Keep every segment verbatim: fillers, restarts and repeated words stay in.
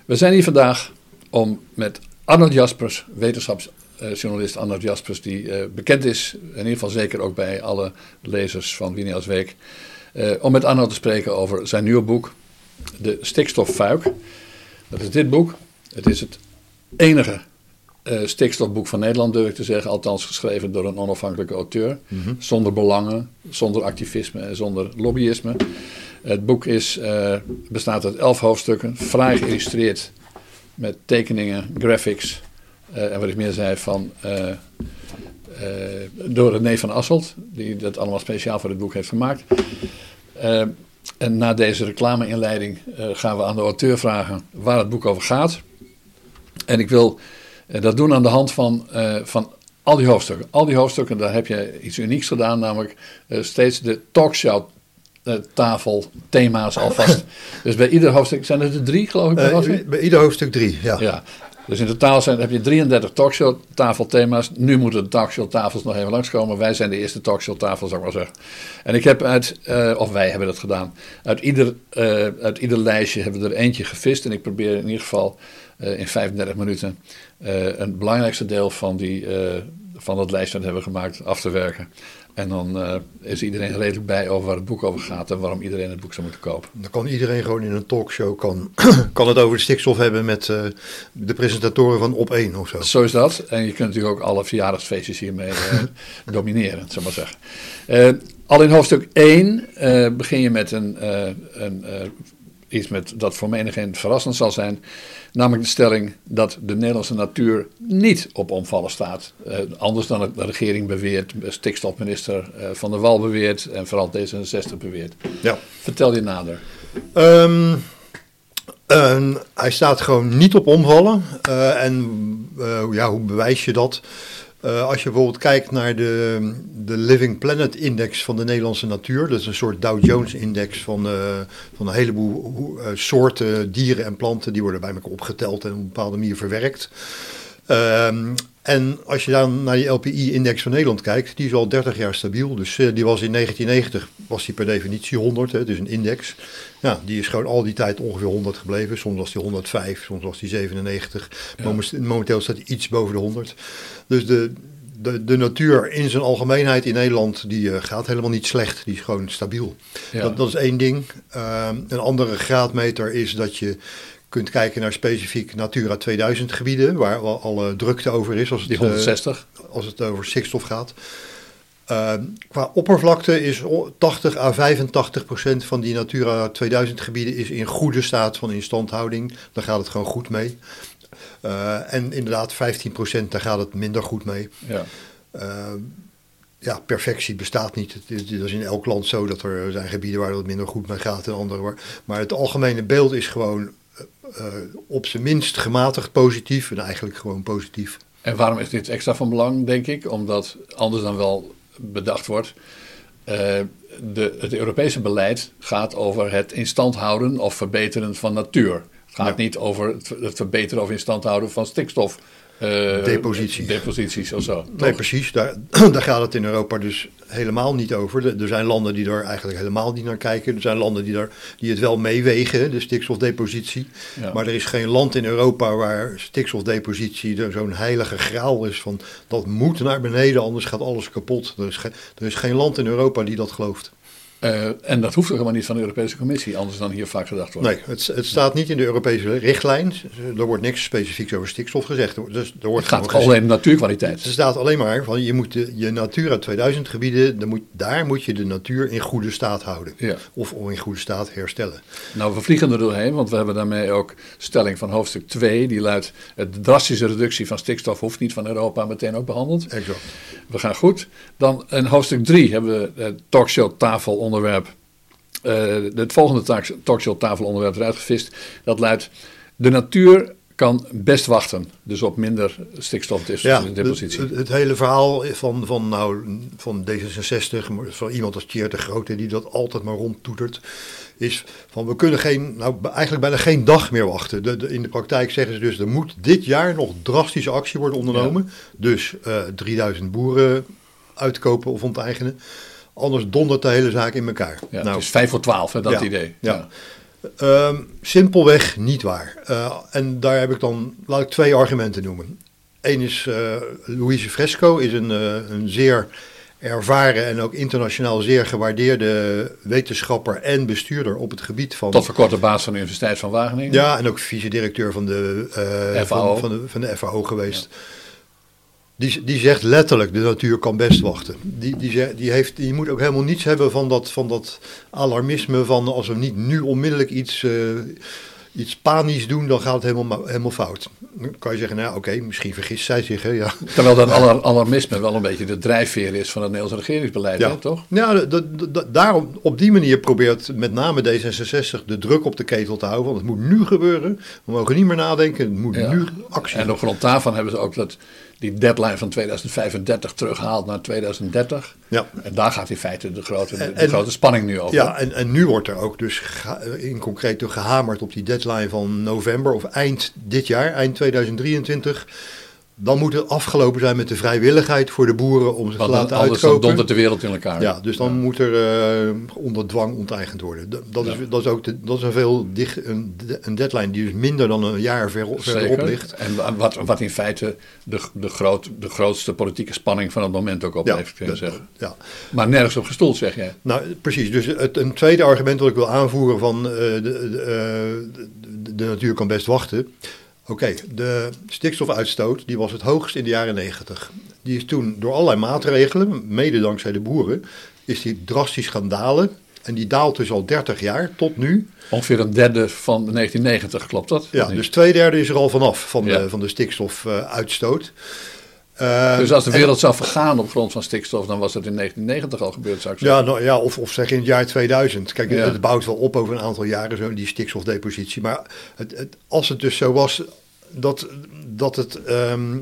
We zijn hier vandaag om met Arnold Jaspers, wetenschapsjournalist Arnold Jaspers, die uh, bekend is, in ieder geval zeker ook bij alle lezers van Wijnands Week, uh, om met Arnold te spreken over zijn nieuwe boek, De Stikstoffuik. Dat is dit boek. Het is het enige uh, stikstofboek van Nederland, durf ik te zeggen, althans geschreven door een onafhankelijke auteur, mm-hmm. zonder belangen, zonder activisme en zonder lobbyisme. Het boek is, uh, bestaat uit elf hoofdstukken, fraai geïllustreerd met tekeningen, graphics uh, en wat ik meer zei van uh, uh, door René van Asselt, die dat allemaal speciaal voor dit boek heeft gemaakt. Uh, en na deze reclame-inleiding uh, gaan we aan de auteur vragen waar het boek over gaat. En ik wil uh, dat doen aan de hand van, uh, van al die hoofdstukken. Al die hoofdstukken, daar heb je iets unieks gedaan, namelijk uh, steeds de talkshow tafel, thema's alvast. Dus bij ieder hoofdstuk, zijn er er drie geloof ik? Bij, uh, bij ieder hoofdstuk drie, ja. ja. Dus in totaal zijn, heb je drieëndertig talkshow tafelthema's. Nu moeten de talkshow tafels nog even langskomen. Wij zijn de eerste talkshow tafel, zou ik maar zeggen. En ik heb uit, uh, of wij hebben dat gedaan, uit ieder, uh, uit ieder lijstje hebben we er eentje gevist. En ik probeer in ieder geval uh, in vijfendertig minuten uh, een belangrijkste deel van, die, uh, van dat lijstje dat hebben we gemaakt af te werken. En dan uh, is iedereen redelijk bij over waar het boek over gaat en waarom iedereen het boek zou moeten kopen. Dan kan iedereen gewoon in een talkshow kan, kan het over de stikstof hebben met uh, de presentatoren van Op één of zo. Zo is dat. En je kunt natuurlijk ook alle verjaardagsfeestjes hiermee uh, domineren, zal maar zeggen. Uh, al in hoofdstuk één uh, begin je met een, uh, een, uh, iets met, dat voor menigeen verrassend zal zijn. Namelijk de stelling dat de Nederlandse natuur niet op omvallen staat. Uh, anders dan de regering beweert, stikstofminister uh, Van der Wal beweert en vooral D zesenzestig beweert. Ja. Vertel je nader. Um, uh, hij staat gewoon niet op omvallen. Uh, en uh, ja, hoe bewijs je dat? Uh, als je bijvoorbeeld kijkt naar de, de Living Planet Index van de Nederlandse natuur. Dat is een soort Dow Jones Index van, uh, van een heleboel uh, soorten dieren en planten. Die worden bij elkaar opgeteld en op een bepaalde manier verwerkt. Uh, en als je dan naar die L P I-index van Nederland kijkt, die is al dertig jaar stabiel. Dus uh, die was in negentien negentig, was die per definitie honderd, hè, dus een index. Ja, die is gewoon al die tijd ongeveer honderd gebleven. Soms was die honderdvijf, soms was die zevenennegentig. Ja. Momenteel staat die iets boven de honderd. Dus de, de, de natuur in zijn algemeenheid in Nederland, die uh, gaat helemaal niet slecht. Die is gewoon stabiel. Ja. Dat, dat is één ding. Uh, een andere graadmeter is dat je kunt kijken naar specifiek Natura tweeduizend gebieden, waar alle drukte over is. Als het, die honderdzestig. Uh, als het over stikstof gaat. Uh, qua oppervlakte is tachtig à vijfentachtig procent van die Natura tweeduizend gebieden is in goede staat van instandhouding. Daar gaat het gewoon goed mee. Uh, en inderdaad vijftien procent, daar gaat het minder goed mee. Ja. Uh, ja, perfectie bestaat niet. Het is, het is in elk land zo dat er zijn gebieden waar het minder goed mee gaat en andere waar. Maar het algemene beeld is gewoon uh, op zijn minst gematigd positief en eigenlijk gewoon positief. En waarom is dit extra van belang, denk ik? Omdat anders dan wel bedacht wordt. Uh, de, het Europese beleid gaat over het instand houden of verbeteren van natuur. Het gaat ja. niet over het, het verbeteren of instand houden van stikstof. Uh, deposities. Deposities of zo. Nee, precies. Daar, daar gaat het in Europa dus helemaal niet over. Er zijn landen die er eigenlijk helemaal niet naar kijken. Er zijn landen die, er, die het wel meewegen, de stikstofdepositie. Ja. Maar er is geen land in Europa waar stikstofdepositie zo'n heilige graal is van dat moet naar beneden, anders gaat alles kapot. Er is, ge, er is geen land in Europa die dat gelooft. Uh, en dat hoeft ook helemaal niet van de Europese Commissie, anders dan hier vaak gedacht wordt. Nee, het, het staat niet in de Europese richtlijn. Er wordt niks specifieks over stikstof gezegd. Dus er wordt het gaat alleen om natuurkwaliteit. Er staat alleen maar van je moet de, je Natura tweeduizend gebieden, dan moet, daar moet je de natuur in goede staat houden. Ja. Of in goede staat herstellen. Nou, we vliegen er doorheen, want we hebben daarmee ook stelling van hoofdstuk twee. Die luidt, de drastische reductie van stikstof hoeft niet van Europa meteen ook behandeld. Exact. We gaan goed. Dan in hoofdstuk drie hebben we het talkshow tafel onderwerp. Uh, het volgende talkshow tafelonderwerp eruit gevist. Dat luidt, de natuur kan best wachten. Dus op minder stikstofdepositie. Ja, het, het hele verhaal van, van, nou, van D zesenzestig, van iemand als Tjeerd de Grote die dat altijd maar rondtoetert, is van we kunnen geen, nou eigenlijk bijna geen dag meer wachten. De, de, in de praktijk zeggen ze dus, er moet dit jaar nog drastische actie worden ondernomen. Ja. Dus uh, drieduizend boeren uitkopen of onteigenen. Anders dondert de hele zaak in elkaar. Ja, nou, het is vijf voor twaalf, hè, dat ja, idee. Ja. Um, simpelweg niet waar. Uh, en daar heb ik dan, laat ik twee argumenten noemen. Eén is, uh, Louise Fresco is een, uh, een zeer ervaren en ook internationaal zeer gewaardeerde wetenschapper en bestuurder op het gebied van... Tot voor kort de baas van de Universiteit van Wageningen. Ja, en ook vice-directeur van de, uh, F A O. Van, van, de, van de F A O geweest. Ja. Die, die zegt letterlijk, de natuur kan best wachten. Die, die, zegt, die, heeft, die moet ook helemaal niets hebben van dat, van dat alarmisme van als we niet nu onmiddellijk iets, uh, iets panisch doen, dan gaat het helemaal, helemaal fout. Dan kan je zeggen, nou oké, okay, misschien vergist zij zich. Hè, ja. Terwijl dat alar- alarmisme wel een beetje de drijfveer is van het Nederlandse regeringsbeleid, ja. hè, toch? Ja, d- d- d- daarom, op die manier probeert met name D zesenzestig de druk op de ketel te houden. Want het moet nu gebeuren, we mogen niet meer nadenken, het moet ja. nu actie. En op grond daarvan hebben ze ook dat... die deadline van tweeduizend vijfendertig terughaalt naar tweeduizend dertig. Ja. En daar gaat in feite de grote, de, de en, grote spanning nu over. Ja, en, en nu wordt er ook dus geha- in concreet gehamerd op die deadline van november of eind dit jaar, eind tweeduizend drieëntwintig. Dan moet het afgelopen zijn met de vrijwilligheid voor de boeren om zich te laten uitkopen. Anders dan dondert de wereld in elkaar. Ja, dus dan ja. moet er uh, onder dwang onteigend worden. Dat, dat, ja. is, dat is ook de, dat is een veel dicht, een, een deadline die dus minder dan een jaar ver, verderop ligt. En wat, wat in feite de, de, groot, de grootste politieke spanning van het moment ook oplevert, ja, kun je zeggen. Ja. Maar nergens op gestoeld, zeg jij. Nou, precies. Dus het, een tweede argument dat ik wil aanvoeren van uh, de, de, uh, de, de natuur kan best wachten. Oké, okay, de stikstofuitstoot die was het hoogst in de jaren negentig. Die is toen door allerlei maatregelen, mede dankzij de boeren, is die drastisch gaan dalen. En die daalt dus al dertig jaar tot nu. Ongeveer een derde van negentien negentig, klopt dat? Ja, dus twee derde is er al vanaf van, ja. de, van de stikstofuitstoot. Uh, dus als de wereld en, zou vergaan op grond van stikstof, dan was dat in negentien negentig al gebeurd, zou ik zeggen. Ja, nou, ja of, of zeg in het jaar tweeduizend. Kijk, ja. het bouwt wel op over een aantal jaren, zo, die stikstofdepositie. Maar het, het, als het dus zo was dat, dat het, um,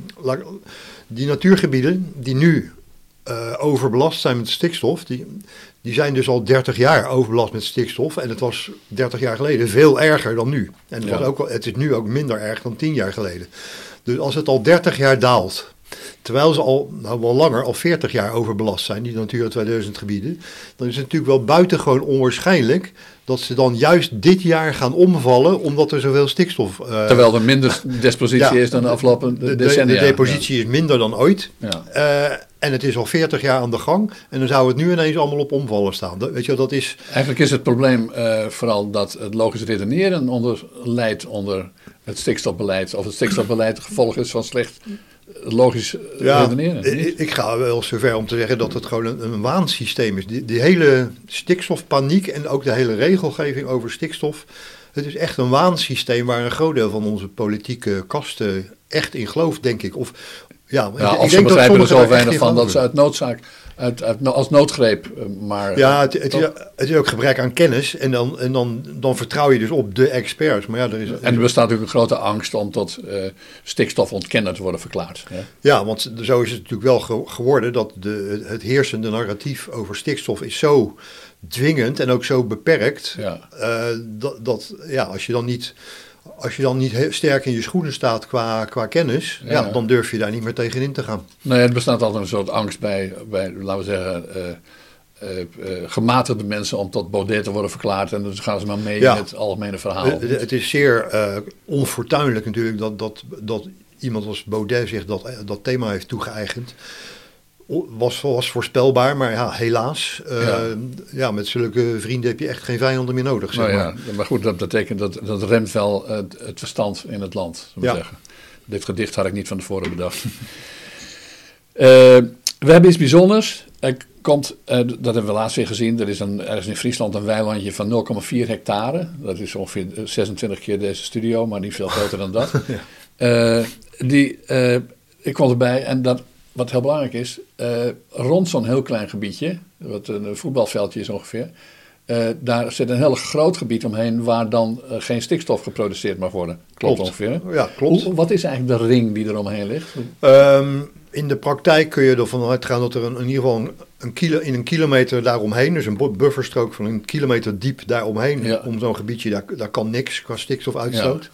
die natuurgebieden die nu uh, overbelast zijn met stikstof, die, die zijn dus al dertig jaar overbelast met stikstof. En het was dertig jaar geleden veel erger dan nu. En het, ja. was ook, het is nu ook minder erg dan tien jaar geleden. Dus als het al dertig jaar daalt, terwijl ze al, nou wel langer, al veertig jaar overbelast zijn, die Natura tweeduizend gebieden, dan is het natuurlijk wel buitengewoon onwaarschijnlijk dat ze dan juist dit jaar gaan omvallen, omdat er zoveel stikstof... Uh, terwijl er minder depositie ja, is dan de afgelopen de, decennia. De, de depositie ja. is minder dan ooit. Ja. Uh, en het is al veertig jaar aan de gang. En dan zou het nu ineens allemaal op omvallen staan. Dat, weet je, dat is... Eigenlijk is het probleem uh, vooral dat het logisch redeneren onder leidt onder het stikstofbeleid. Of het stikstofbeleid het gevolg is van slecht... logisch ja, redeneren. Ik, ik ga wel zover om te zeggen dat het gewoon een, een waansysteem is. Die, die hele stikstofpaniek en ook de hele regelgeving over stikstof. Het is echt een waansysteem waar een groot deel van onze politieke kasten echt in gelooft, denk ik. Of, ja, ja, ik, of ik ze denk begrijpen dat er zo weinig van dat doen. Ze uit noodzaak, uit, uit, als noodgreep, maar... Ja, het, het, is, het is ook gebrek aan kennis en, dan, en dan, dan vertrouw je dus op de experts. Maar ja, er is, en er bestaat natuurlijk een grote angst om tot uh, stikstofontkenner te worden verklaard. Ja? Ja, want zo is het natuurlijk wel ge- geworden dat de, het heersende narratief over stikstof is zo dwingend en ook zo beperkt. Ja. Uh, dat, dat ja, als je dan niet... Als je dan niet heel sterk in je schoenen staat qua, qua kennis, ja. Ja, dan durf je daar niet meer tegenin te gaan. Nee, er bestaat altijd een soort angst bij, bij laten we zeggen, uh, uh, uh, gematigde mensen om tot Baudet te worden verklaard. En dan gaan ze maar mee ja. in het algemene verhaal. Het, het is zeer uh, onfortuinlijk natuurlijk dat, dat, dat iemand als Baudet zich dat, dat thema heeft toegeëigend. Was, was voorspelbaar, maar ja, helaas. Uh, ja. ja, met zulke vrienden heb je echt geen vijanden meer nodig. Zeg nou maar. Ja, maar goed, dat betekent dat dat remt wel uh, het verstand in het land. Zou ja. zeggen. Dit gedicht had ik niet van tevoren bedacht. uh, we hebben iets bijzonders. Er komt, uh, dat hebben we laatst weer gezien. Er is een, ergens in Friesland een weilandje van nul komma vier hectare. Dat is ongeveer zesentwintig keer deze studio, maar niet veel groter dan dat. ja. uh, die, uh, ik kwam erbij en dat... Wat heel belangrijk is, uh, rond zo'n heel klein gebiedje, wat een voetbalveldje is ongeveer, uh, daar zit een heel groot gebied omheen waar dan uh, geen stikstof geproduceerd mag worden. Klopt, klopt. ongeveer? Ja, klopt. Hoe, wat is eigenlijk de ring die er omheen ligt? Um, in de praktijk kun je ervan uitgaan dat er een, in ieder geval een, een kilo, in een kilometer daaromheen, dus een bufferstrook van een kilometer diep daaromheen, ja. om zo'n gebiedje, daar, daar kan niks qua stikstofuitstoot.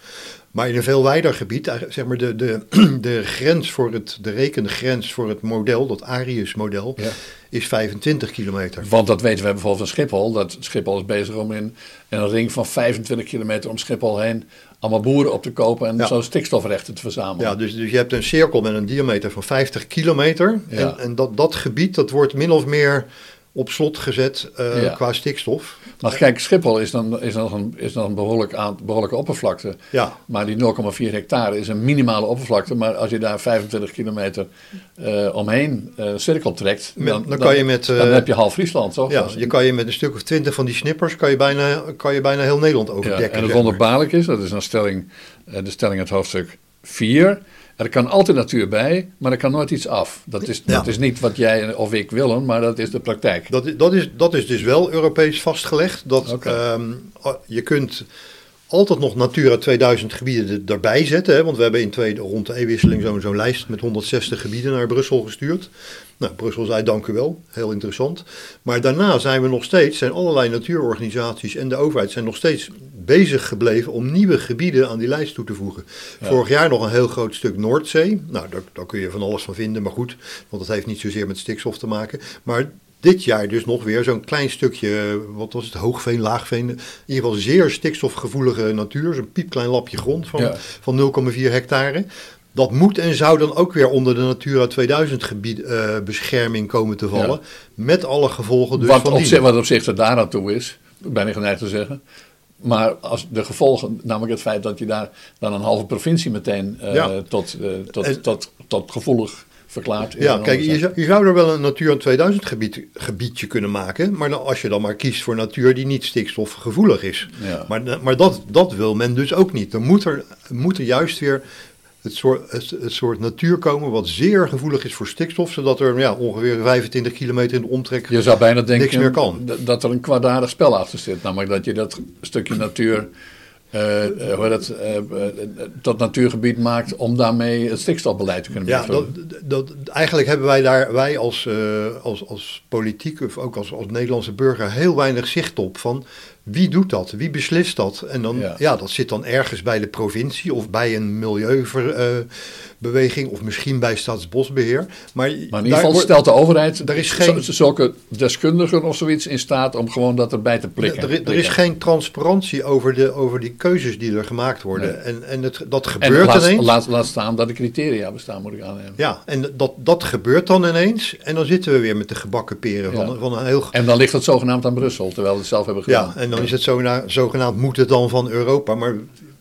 Maar in een veel wijder gebied, zeg maar de, de, de grens voor het, de rekengrens voor het model, dat Arius-model, ja. is vijfentwintig kilometer. Want dat weten we bijvoorbeeld van Schiphol. Dat Schiphol is bezig om in, in een ring van vijfentwintig kilometer om Schiphol heen allemaal boeren op te kopen en ja. zo stikstofrechten te verzamelen. Ja, dus, dus je hebt een cirkel met een diameter van vijftig kilometer. Ja. En, en dat, dat gebied, dat wordt min of meer op slot gezet uh, ja. qua stikstof. Maar kijk, Schiphol is dan, is dan een, is dan een behoorlijk aan, behoorlijke oppervlakte. Ja. Maar die nul komma vier hectare is een minimale oppervlakte. Maar als je daar vijfentwintig kilometer uh, omheen uh, cirkel trekt, met, dan, dan, kan je met, uh, dan heb je half Friesland, toch? Ja, je kan je met een stuk of twintig van die snippers kan je bijna, kan je bijna heel Nederland overdekken. Ja, en het wonderbaarlijk is, dat is een stelling, uh, de stelling uit hoofdstuk vier... Er kan altijd natuur bij, maar er kan nooit iets af. Dat is, ja. dat is niet wat jij of ik willen, maar dat is de praktijk. Dat, dat, is, dat is dus wel Europees vastgelegd. Dat okay. um, je kunt altijd nog Natura tweeduizend gebieden erbij zetten. Hè, want we hebben in twee, rond de eeuwwisseling zo'n zo'n lijst met honderdzestig gebieden naar Brussel gestuurd. Nou, Brussel zei dank u wel, heel interessant. Maar daarna zijn we nog steeds, zijn allerlei natuurorganisaties en de overheid zijn nog steeds bezig gebleven om nieuwe gebieden aan die lijst toe te voegen. Ja. Vorig jaar nog een heel groot stuk Noordzee. Nou, daar, daar kun je van alles van vinden, maar goed, want dat heeft niet zozeer met stikstof te maken. Maar dit jaar dus nog weer zo'n klein stukje, wat was het, hoogveen, laagveen, in ieder geval zeer stikstofgevoelige natuur, zo'n piepklein lapje grond van, ja. van nul komma vier hectare. Dat moet en zou dan ook weer onder de Natura tweeduizend gebied uh, bescherming komen te vallen. Ja. Met alle gevolgen dus wat van op zich, Wat op zich er daar aan toe is, ben ik geneigd te zeggen. Maar als de gevolgen, namelijk het feit dat je daar dan een halve provincie meteen uh, ja. tot, uh, tot, en, tot, tot gevoelig verklaart. Ja, kijk, je zou, je zou er wel een Natura tweeduizend gebied, gebiedje kunnen maken. Maar dan, als je dan maar kiest voor natuur die niet stikstofgevoelig is. Ja. Maar, maar dat, dat wil men dus ook niet. Dan moet er, moet er juist weer Het soort, het, het soort natuur komen wat zeer gevoelig is voor stikstof, zodat er ja, ongeveer vijfentwintig kilometer in de omtrek je zou bijna denken niks meer kan. Dat er een kwaadaardig spel achter zit, namelijk dat je dat stukje natuur uh, uh, hoe dat, uh, uh, tot natuurgebied maakt om daarmee het stikstofbeleid te kunnen ja, dat, dat, eigenlijk hebben wij daar, wij als, uh, als, als politiek of ook als, als Nederlandse burger heel weinig zicht op van wie doet dat? Wie beslist dat? En dan, ja. ja, dat zit dan ergens bij de provincie of bij een milieubeweging uh, of misschien bij Staatsbosbeheer. Maar, maar in ieder geval stelt de overheid er is geen, zulke deskundigen of zoiets in staat om gewoon dat erbij te plikken. Er, er is geen transparantie over, de, over die keuzes die er gemaakt worden. Nee. En, en het, dat gebeurt en laat, ineens. Laat, laat staan dat de criteria bestaan, moet ik aannemen. Ja, en dat, dat gebeurt dan ineens. En dan zitten we weer met de gebakken peren van, ja. van een heel... En dan ligt het zogenaamd aan Brussel, terwijl we het zelf hebben gedaan. Ja, en dan is het zogenaamd, zogenaamd moet het dan van Europa, maar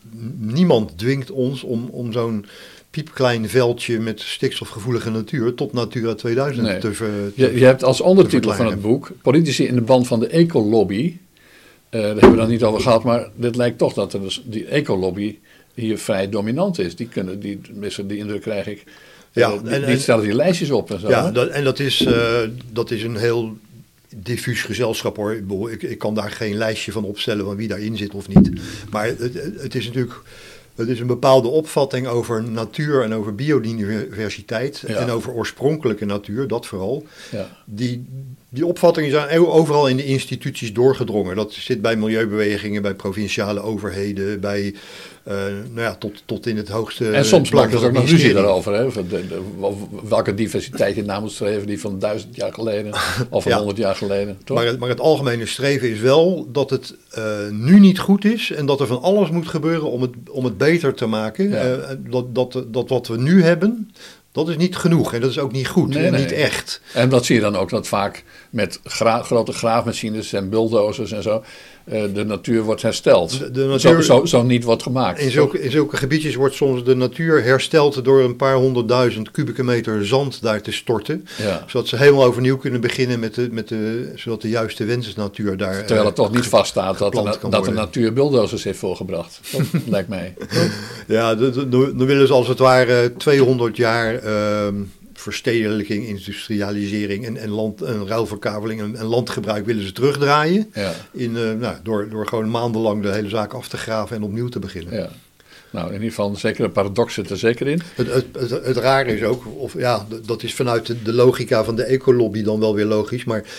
niemand dwingt ons om, om zo'n piepklein veldje met stikstofgevoelige natuur tot Natura tweeduizend nee. te, te je, je hebt als ondertitel van het boek politici in de band van de ecolobby. Uh, daar hebben we dan niet over gehad, maar dit lijkt toch dat er dus die ecolobby hier vrij dominant is. Die kunnen, die, die indruk krijg ik. Ja, uh, en, die en, stellen die lijstjes op en zo. Ja, dat, en dat is, uh, dat is een heel diffuus gezelschap hoor. Ik, ik kan daar geen lijstje van opstellen van wie daarin zit of niet. Maar het, het is natuurlijk, het is een bepaalde opvatting over natuur en over biodiversiteit ja. en over oorspronkelijke natuur, dat vooral. Ja. Die, die opvattingen zijn overal in de instituties doorgedrongen. Dat zit bij milieubewegingen, bij provinciale overheden, bij Uh, nou ja, tot, tot in het hoogste. En soms maakt er ook nog ruzie daarover. Hè? De, de, de, welke diversiteit je na moet streven, die van duizend jaar geleden of van honderd ja. jaar geleden. Toch? Maar, het, maar het algemene streven is wel dat het uh, nu niet goed is en dat er van alles moet gebeuren om het, om het beter te maken. Ja. Uh, dat, dat, dat wat we nu hebben, dat is niet genoeg en dat is ook niet goed nee, en nee. niet echt. En dat zie je dan ook, dat vaak met gra- grote graafmachines en bulldozers en zo uh, de natuur wordt hersteld. De, de natuur, zo, zo, zo niet wordt gemaakt. In zulke, in zulke gebiedjes wordt soms de natuur hersteld door een paar honderdduizend kubieke meter zand daar te storten. Ja. Zodat ze helemaal overnieuw kunnen beginnen met de, met de, zodat de juiste wensensnatuur daar Terwijl het uh, toch niet vaststaat dat, de, dat de natuur bulldozers heeft voorgebracht. Dat lijkt mij. Ja, dan willen ze als het ware tweehonderd jaar Uh, verstedelijking, industrialisering en, en, land, en ruilverkaveling en, en landgebruik willen ze terugdraaien. Ja. In, uh, nou, door, door gewoon maandenlang de hele zaak af te graven en opnieuw te beginnen. Ja. Nou, in ieder geval zeker een paradox zit er zeker in. Het, het, het, het rare is ook, of ja, dat is vanuit de, de logica van de ecolobby dan wel weer logisch, maar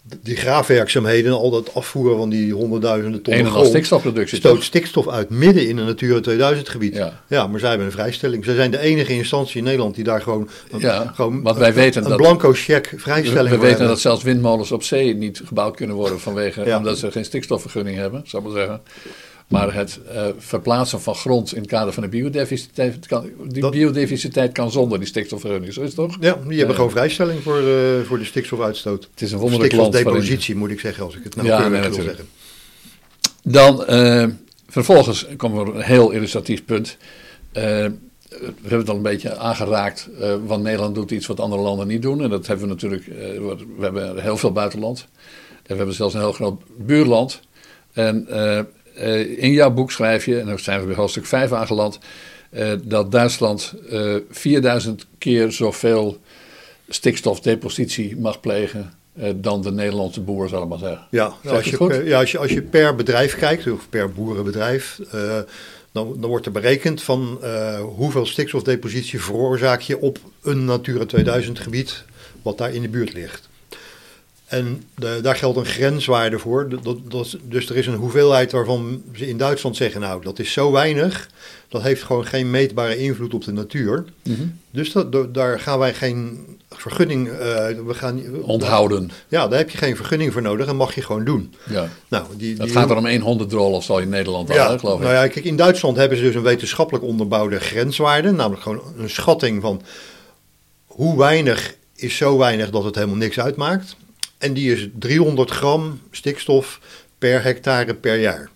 die graafwerkzaamheden en al dat afvoeren van die honderdduizenden tonnen grond, stikstofproductie stoot toch? stikstof uit midden in een Natura tweeduizend gebied. Ja. ja, maar zij hebben een vrijstelling. Zij zijn de enige instantie in Nederland die daar gewoon, ja, gewoon want wij weten een dat, blanco cheque vrijstelling we, we voor weten hebben. dat zelfs windmolens op zee niet gebouwd kunnen worden vanwege, ja. omdat ze geen stikstofvergunning hebben, zou ik maar zeggen. Maar het uh, verplaatsen van grond in het kader van de biodiversiteit kan, die dat, biodiversiteit kan zonder die stikstofvergunning, zo is het toch? Ja, die hebben uh, gewoon vrijstelling voor, uh, voor de stikstofuitstoot. Het is een wonderlijk land. Stikstofdepositie moet ik zeggen, als ik het nou ja, keurig nee, wil zeggen. Dan, uh, vervolgens komen we op een heel illustratief punt. Uh, we hebben het al een beetje aangeraakt, uh, want Nederland doet iets wat andere landen niet doen. En dat hebben we natuurlijk, uh, we hebben heel veel buitenland. En we hebben zelfs een heel groot buurland. En uh, uh, in jouw boek schrijf je, en dan zijn we bij hoofdstuk vijf aangeland, uh, dat Duitsland uh, vierduizend keer zoveel stikstofdepositie mag plegen uh, dan de Nederlandse boer, zal ik maar zeggen. Ja, als je, per, ja als, je, als je per bedrijf kijkt, of per boerenbedrijf, uh, dan, dan wordt er berekend van uh, hoeveel stikstofdepositie veroorzaak je op een Natura tweeduizend gebied wat daar in de buurt ligt. En de, daar geldt een grenswaarde voor. Dat, dat, dus er is een hoeveelheid waarvan ze in Duitsland zeggen, nou, dat is zo weinig, dat heeft gewoon geen meetbare invloed op de natuur. Mm-hmm. Dus dat, daar gaan wij geen vergunning... Uh, we gaan, onthouden. Ja, daar heb je geen vergunning voor nodig en mag je gewoon doen. Ja. Nou, die, dat die, gaat er om één honderdrol of zo in Nederland al, ja, hè, geloof ik. Nou ja, kijk, in Duitsland hebben ze dus een wetenschappelijk onderbouwde grenswaarde, namelijk gewoon een schatting van hoe weinig is zo weinig dat het helemaal niks uitmaakt. En die is driehonderd gram stikstof per hectare per jaar.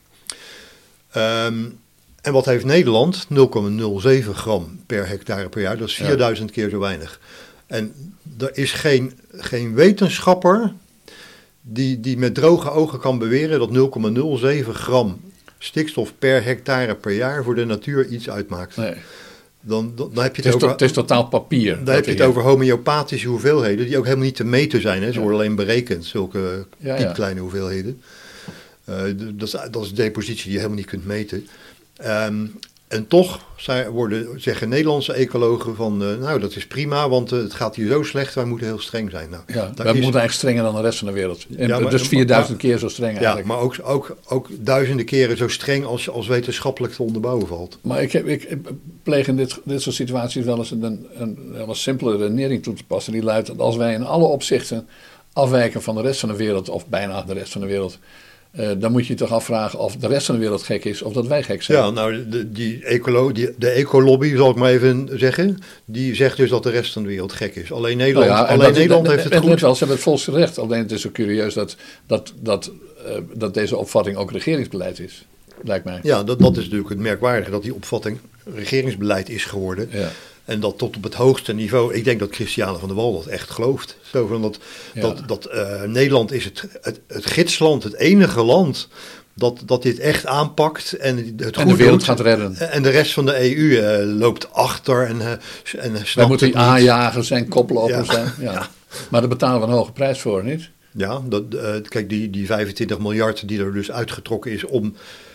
Um, en wat heeft Nederland? nul komma nul zeven gram per hectare per jaar. Dat is vierduizend ja. keer zo weinig. En er is geen, geen wetenschapper die, die met droge ogen kan beweren dat nul komma nul zeven gram stikstof per hectare per jaar voor de natuur iets uitmaakt. Nee. Dan, dan, dan heb je het, het, is over, to, het is totaal papier. Dan heb je het over homeopathische hoeveelheden die ook helemaal niet te meten zijn. Hè. Ze ja. worden alleen berekend, zulke ja, piepkleine ja. hoeveelheden. Uh, dat, is, dat is een depositie die je helemaal niet kunt meten. Um, en toch zijn, worden, zeggen Nederlandse ecologen van, uh, nou dat is prima, want uh, het gaat hier zo slecht, wij moeten heel streng zijn. Nou, ja, wij is, moeten eigenlijk strenger dan de rest van de wereld. En, ja, maar, dus vierduizend maar, keer zo streng eigenlijk. Ja, maar ook, ook, ook duizenden keren zo streng als, als wetenschappelijk te onderbouwen valt. Maar ik, heb, ik, ik pleeg in dit, dit soort situaties wel eens een, een, een, een simpele redenering toe te passen. Die luidt dat als wij in alle opzichten afwijken van de rest van de wereld, of bijna de rest van de wereld, Uh, dan moet je je toch afvragen of de rest van de wereld gek is of dat wij gek zijn. Ja, nou, de, die ecolo, die, de ecolobby, zal ik maar even zeggen, die zegt dus dat de rest van de wereld gek is. Alleen Nederland, nou ja, alleen dat, Nederland dat, heeft het goed. Wel, ze hebben het volste recht. Alleen het is zo curieus dat, dat, dat, uh, dat deze opvatting ook regeringsbeleid is, lijkt mij. Ja, dat, dat is natuurlijk het merkwaardige, dat die opvatting regeringsbeleid is geworden. Ja. En dat tot op het hoogste niveau, ik denk dat Christiane van der Wal dat echt gelooft. Zo van dat ja. dat, dat uh, Nederland is het, het, het gidsland, het enige land dat, dat dit echt aanpakt. En, het en de wereld gaat redden. En de rest van de E U uh, loopt achter en, uh, en uh, Wij moeten aanjagers zijn, koplopers ja. zijn. Ja. Ja. Maar daar betalen we een hoge prijs voor, niet? Ja, dat, uh, kijk, die, die vijfentwintig miljard die er dus uitgetrokken is om...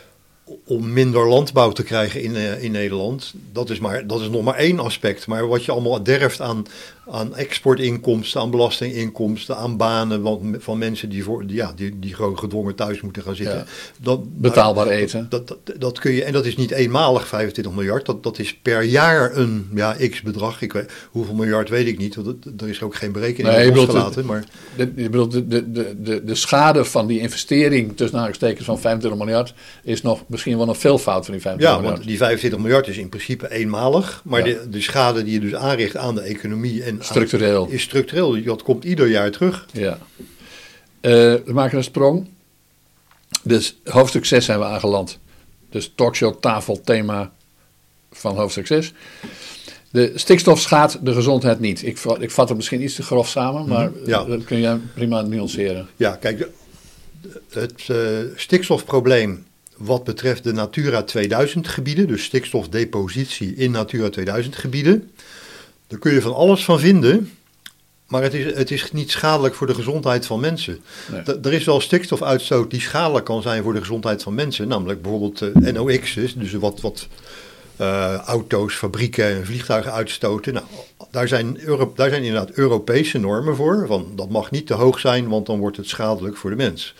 om minder landbouw te krijgen in, uh, in Nederland, dat is, maar, dat is nog maar één aspect. Maar wat je allemaal derft aan, aan exportinkomsten, aan belastinginkomsten, aan banen van, van mensen die, voor, die, ja, die, die gewoon gedwongen thuis moeten gaan zitten. Ja. Dat, Betaalbaar eten. Dat, dat, dat, dat kun je, en dat is niet eenmalig vijfentwintig miljard, dat, dat is per jaar een ja, x-bedrag. Ik weet, hoeveel miljard weet ik niet, want het, er is ook geen berekening nee, losgelaten. Maar... De, je bedoelt, de, de, de, de schade van die investering tussen aanhalingstekens van vijfentwintig miljard is nog misschien wel een veelvoud van die vijfentwintig ja, miljard. Want die vijfentwintig miljard is in principe eenmalig, maar ja. de, de schade die je dus aanricht aan de economie en structureel. Aan, is structureel. Dat komt ieder jaar terug. Ja. Uh, we maken een sprong. Dus hoofdstuk zes zijn we aangeland. Dus talkshow tafelthema van hoofdstuk zes. De stikstof schaadt de gezondheid niet. Ik, ik vat het misschien iets te grof samen, maar ja. dat kun je prima nuanceren. Ja, kijk, de, het uh, stikstofprobleem wat betreft de Natura tweeduizend gebieden, dus stikstofdepositie in Natura tweeduizend gebieden, daar kun je van alles van vinden, maar het is, het is niet schadelijk voor de gezondheid van mensen. Nee. D- er is wel stikstofuitstoot die schadelijk kan zijn voor de gezondheid van mensen, namelijk bijvoorbeeld uh, N O X's, dus wat, wat uh, auto's, fabrieken en vliegtuigen uitstoten. Nou, daar zijn, Euro- daar zijn inderdaad Europese normen voor. Van, dat mag niet te hoog zijn, want dan wordt het schadelijk voor de mens.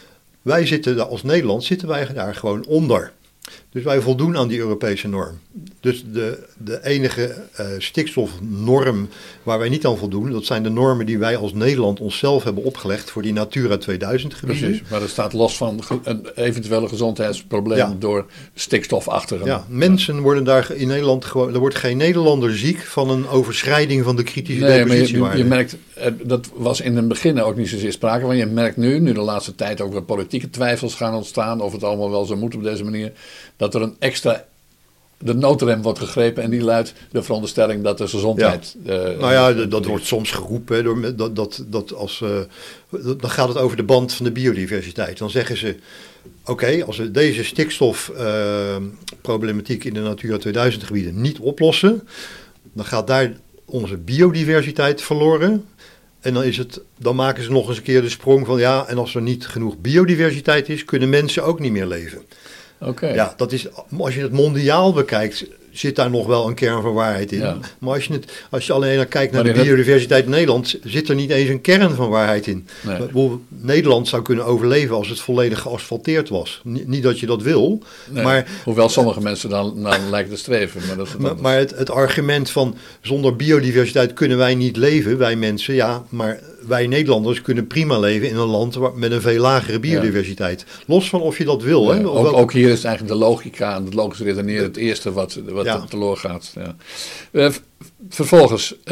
Wij zitten, als Nederland zitten wij daar gewoon onder. Dus wij voldoen aan die Europese norm. Dus de, de enige uh, stikstofnorm waar wij niet aan voldoen, dat zijn de normen die wij als Nederland onszelf hebben opgelegd voor die Natura tweeduizend gebieden. Precies, maar dat staat los van ge- een eventuele gezondheidsprobleem Ja. door stikstofachtige. Ja, mensen worden daar in Nederland gewoon, er wordt geen Nederlander ziek van een overschrijding van de kritische Nee, maar je, je, depositiewaarde. je merkt, eh, dat was in het begin ook niet zozeer sprake van. Je merkt nu, nu de laatste tijd ook wat politieke twijfels gaan ontstaan of het allemaal wel zou moeten op deze manier, dat er een extra, de noodrem wordt gegrepen en die luidt de veronderstelling dat de gezondheid... Ja. Uh, nou ja, dat, dat wordt soms geroepen. Hè, door, dat, dat, dat als, uh, dan gaat het over de band van de biodiversiteit. Dan zeggen ze, oké, okay, als we deze stikstofproblematiek uh, in de Natura tweeduizend gebieden niet oplossen, dan gaat daar onze biodiversiteit verloren. En dan, is het, dan maken ze nog eens een keer de sprong van ja, en als er niet genoeg biodiversiteit is, kunnen mensen ook niet meer leven. Okay. Ja, dat is, als je het mondiaal bekijkt, zit daar nog wel een kern van waarheid in. Ja. Maar als je, het, als je alleen naar kijkt naar maar de biodiversiteit in Nederland, zit er niet eens een kern van waarheid in. Nee. Nederland zou kunnen overleven als het volledig geasfalteerd was. Niet, niet dat je dat wil. Nee, maar, hoewel sommige mensen dan, dan lijken te streven. Maar, dat is maar, maar het, het argument van zonder biodiversiteit kunnen wij niet leven, wij mensen, ja, maar wij Nederlanders kunnen prima leven in een land waar, met een veel lagere biodiversiteit. Ja. Los van of je dat wil. Ja, hè? Ook, ook hier is eigenlijk de logica en het logisch redeneren het eerste wat, wat ja. teloor gaat. Ja. Uh, vervolgens, uh,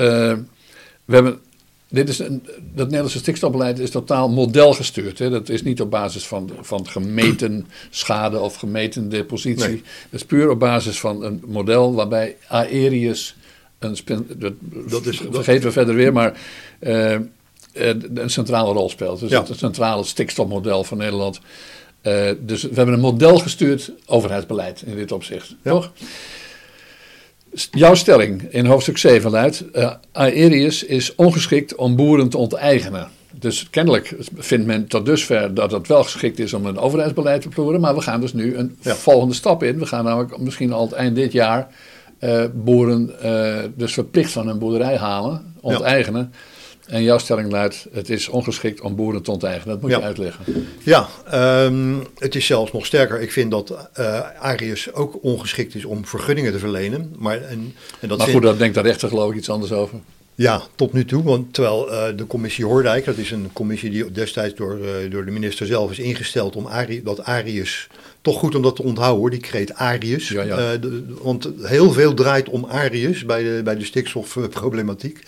we hebben, dit is een, dat Nederlandse stikstofbeleid is totaal modelgestuurd. Hè? Dat is niet op basis van, van gemeten schade of gemeten depositie. Nee. Dat is puur op basis van een model waarbij Aerius, een spin, dat, dat is, vergeten we verder weer, maar uh, een centrale rol speelt. Dus ja. het centrale stikstofmodel van Nederland. Uh, dus we hebben een model gestuurd overheidsbeleid in dit opzicht, ja. toch? Jouw stelling in hoofdstuk zeven luidt, uh, Aerius is ongeschikt om boeren te onteigenen. Dus kennelijk vindt men tot dusver dat het wel geschikt is om een overheidsbeleid te voeren, maar we gaan dus nu een ja. volgende stap in. We gaan namelijk misschien al het eind dit jaar uh, boeren uh, dus verplicht van hun boerderij halen, onteigenen. Ja. En jouw stelling luidt, het is ongeschikt om boeren te onteigenen. Dat moet ja. je uitleggen. Ja, um, het is zelfs nog sterker. Ik vind dat uh, Aerius ook ongeschikt is om vergunningen te verlenen. Maar, en, en dat maar goed, daar denkt de rechter geloof ik iets anders over. Ja, tot nu toe. Want terwijl uh, de commissie Hoordijk, dat is een commissie die destijds door, uh, door de minister zelf is ingesteld om Ari, dat Aerius, toch goed om dat te onthouden hoor, die kreet Aerius. Ja, ja. Uh, de, want heel veel draait om Aerius bij de, bij de stikstofproblematiek.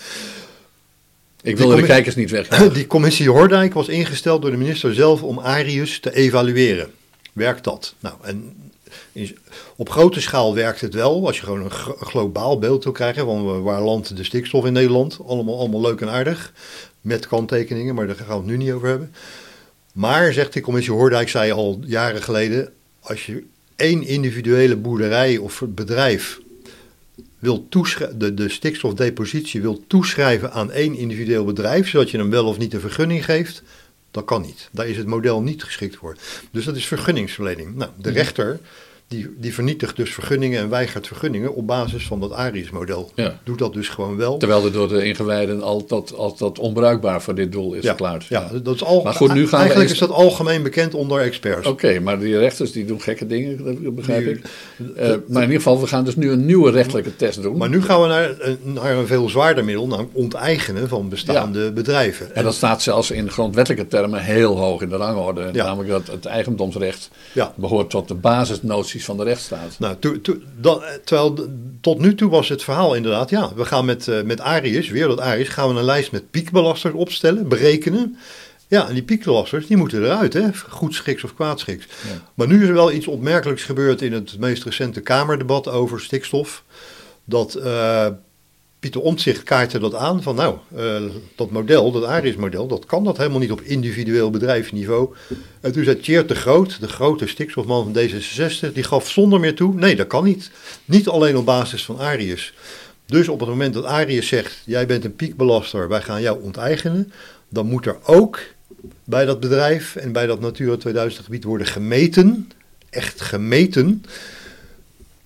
Ik wil de kijkers niet weg. Die commissie Hoordijk was ingesteld door de minister zelf om Aerius te evalueren. Werkt dat? Nou, en is, op grote schaal werkt het wel. Als je gewoon een g- globaal beeld wil krijgen van waar landt de stikstof in Nederland. Allemaal, allemaal leuk en aardig. Met kanttekeningen, maar daar gaan we het nu niet over hebben. Maar, zegt de commissie Hoordijk, zei al jaren geleden, als je één individuele boerderij of bedrijf wil toeschrijven, de, de stikstofdepositie wil toeschrijven aan één individueel bedrijf, zodat je hem wel of niet een vergunning geeft, dat kan niet. Daar is het model niet geschikt voor. Dus dat is vergunningsverlening. Nou, de rechter die, die vernietigt dus vergunningen en weigert vergunningen op basis van dat Aerius-model. Ja. Doet dat dus gewoon wel. Terwijl er door de ingewijden al dat, al dat onbruikbaar voor dit doel is ja, verklaard. Ja, ja. Dat is al, maar goed, nu gaan eigenlijk we is dat algemeen bekend onder experts. Oké, okay, maar die rechters die doen gekke dingen, dat begrijp die, ik. Uh, maar in ieder geval, we gaan dus nu een nieuwe rechtelijke test doen. Maar nu gaan we naar, naar een veel zwaarder middel, namelijk onteigenen van bestaande ja. bedrijven. En, en dat staat zelfs in grondwettelijke termen heel hoog in de rangorde. Ja. Namelijk dat het eigendomsrecht ja. behoort tot de basisnoties van de rechtsstaat. Nou, to, to, dat, terwijl tot nu toe was het verhaal inderdaad, ja, we gaan met, uh, met Aerius, weer dat Aerius, gaan we een lijst met piekbelasters opstellen, berekenen. Ja, en die piekbelasters, die moeten eruit, hè, goedschiks of kwaadschiks. Ja. Maar nu is er wel iets opmerkelijks gebeurd in het meest recente Kamerdebat over stikstof. Dat uh, Pieter Omtzigt kaartte dat aan van nou, uh, dat model, dat Aerius-model, dat kan dat helemaal niet op individueel bedrijfsniveau. En toen zei Tjeerd de Groot, de grote stikstofman van D zesenzestig, die gaf zonder meer toe, nee dat kan niet. Niet alleen op basis van Aerius. Dus op het moment dat Aerius zegt, jij bent een piekbelaster, wij gaan jou onteigenen, dan moet er ook bij dat bedrijf en bij dat Natura tweeduizend gebied worden gemeten, echt gemeten,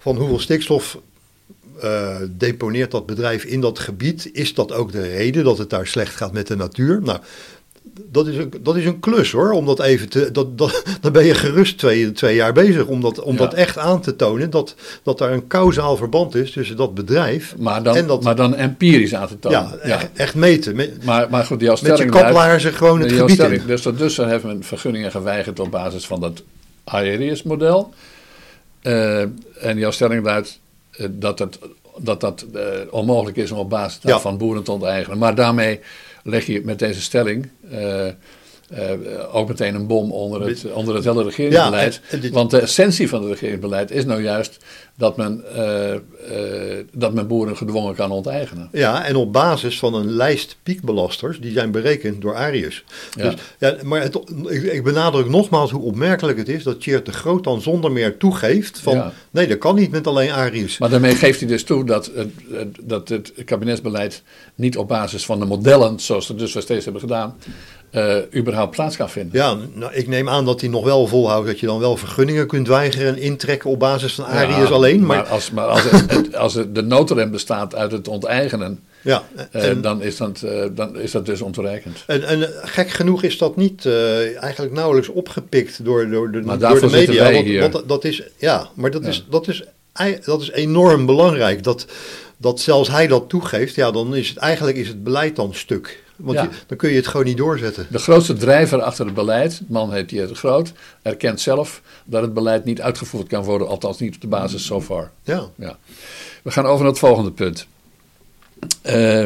van hoeveel stikstof uh, deponeert dat bedrijf in dat gebied. Is dat ook de reden dat het daar slecht gaat met de natuur? Nou, dat is een, dat is een klus hoor, om dat even te, dat, dat, dan ben je gerust twee, twee jaar bezig om dat, om ja. dat echt aan te tonen, dat, dat daar een kausaal verband is tussen dat bedrijf maar dan, en dat... Maar dan empirisch aan te tonen. Ja, ja. Echt, echt meten. Met, maar, maar goed, jouw stelling... Met je kaplaarzen gewoon het gebied stelling, in. Dus tot dusver heeft men vergunningen geweigerd op basis van dat Aerius-model. Uh, en jouw stelling luidt uh, dat het, dat, dat uh, onmogelijk is om op basis ja. van boeren te onteigenen. Maar daarmee leg je met deze stelling uh, uh, ook meteen een bom onder het, onder het hele regeringsbeleid. Ja, dit... Want de essentie van het regeringsbeleid is nou juist dat men, uh, uh, dat men boeren gedwongen kan onteigenen. Ja, en op basis van een lijst piekbelasters, die zijn berekend door Arius. Ja. Dus, ja, maar het, ik, ik benadruk nogmaals hoe opmerkelijk het is dat Tjeerd de Groot dan zonder meer toegeeft van, ja. nee, dat kan niet met alleen Arius. Maar daarmee geeft hij dus toe dat, uh, dat het kabinetsbeleid niet op basis van de modellen, zoals we dus we steeds hebben gedaan, Uh, überhaupt plaats kan vinden. Ja, nou, ik neem aan dat hij nog wel volhoudt dat je dan wel vergunningen kunt weigeren en intrekken op basis van Arius ja, alleen. Maar, maar als, maar als, het, het, als het, de noodrem bestaat uit het onteigenen, ja, en, uh, dan, is dat, uh, dan is dat dus ontoereikend. En, en gek genoeg is dat niet uh, eigenlijk nauwelijks opgepikt door, door, de, maar door de media. Wij hier. Want, want dat is, ja, maar dat, ja. Is, dat, is, dat is enorm belangrijk. Dat, dat zelfs hij dat toegeeft, ja, dan is het eigenlijk is het beleid dan stuk. Want ja. je, dan kun je het gewoon niet doorzetten. De grootste drijver achter het beleid, de man heet Tjeerd de Groot, erkent zelf dat het beleid niet uitgevoerd kan worden, althans niet op de basis so far. Ja. Ja. We gaan over naar het volgende punt. Uh, uh,